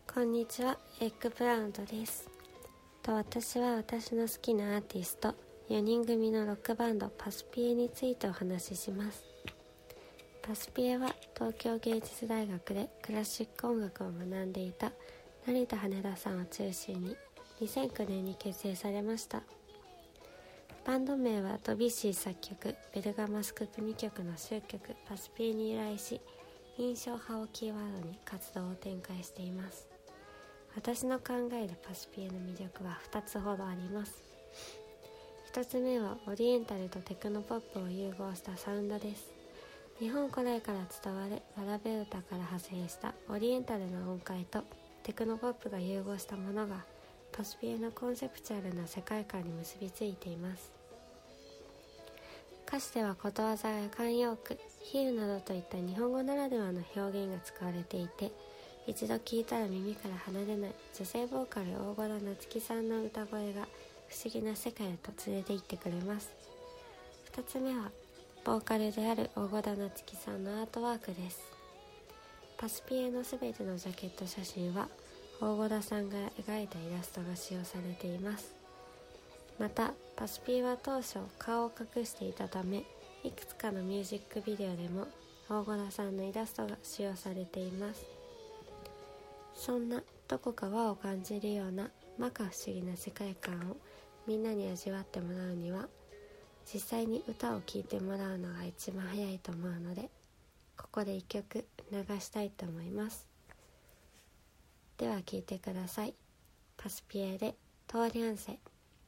こんにちは、エッグプラウンドです。私は私の好きなアーティスト4人組のロックバンドパスピエについてお話しします。パスピエは東京芸術大学でクラシック音楽を学んでいた成田羽田さんを中心に2009年に結成されました。バンド名はドビュッシー作曲ベルガマスク組曲の終曲パスピエに由来し、印象派をキーワードに活動を展開しています。私の考えるパスピエの魅力は2つほどあります。1つ目はオリエンタルとテクノポップを融合したサウンドです。日本古来から伝わるわらべ歌から派生したオリエンタルな音階とテクノポップが融合したものがパスピエのコンセプチュアルな世界観に結びついています。歌詞ではことわざや慣用句、比喩などといった日本語ならではの表現が使われていて、一度聴いたら耳から離れない女性ボーカル大児田夏樹さんの歌声が不思議な世界へと連れて行ってくれます。2つ目はボーカルである大児田夏樹さんのアートワークです。パスピエのすべてのジャケット写真は大児田さんが描いたイラストが使用されています。またパスピエは当初顔を隠していたため、いくつかのミュージックビデオでも大児田さんのイラストが使用されています。そんなどこか和を感じるような摩訶不思議な世界観をみんなに味わってもらうには、実際に歌を聴いてもらうのが一番早いと思うので、ここで一曲流したいと思います。では聴いてください。パスピエでトーリャンセ。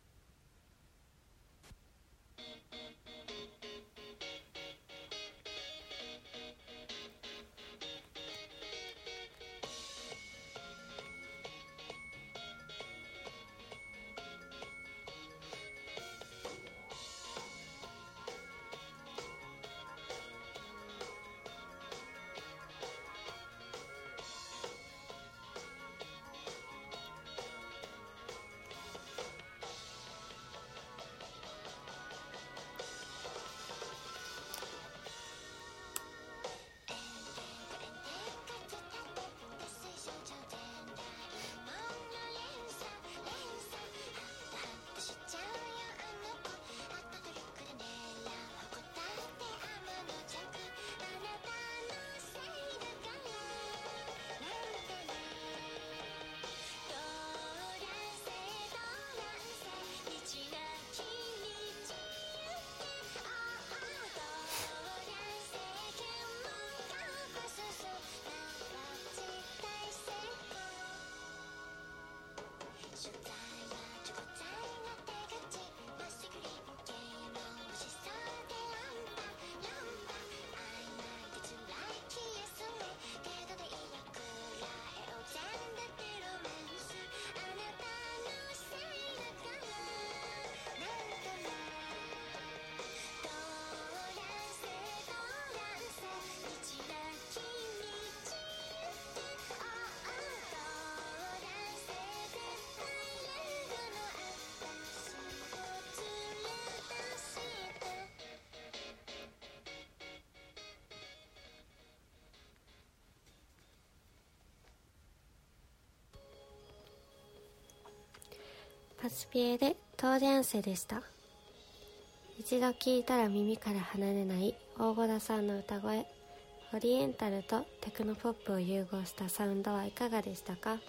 パスピエでトーリャンセでした。一度聴いたら耳から離れない大児田さんの歌声、オリエンタルとテクノポップを融合したサウンドはいかがでしたか？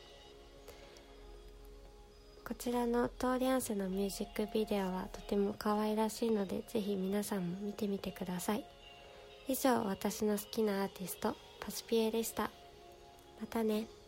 こちらのトーリャンセのミュージックビデオはとても可愛らしいので、ぜひ皆さんも見てみてください。以上、私の好きなアーティストパスピエでした。またね。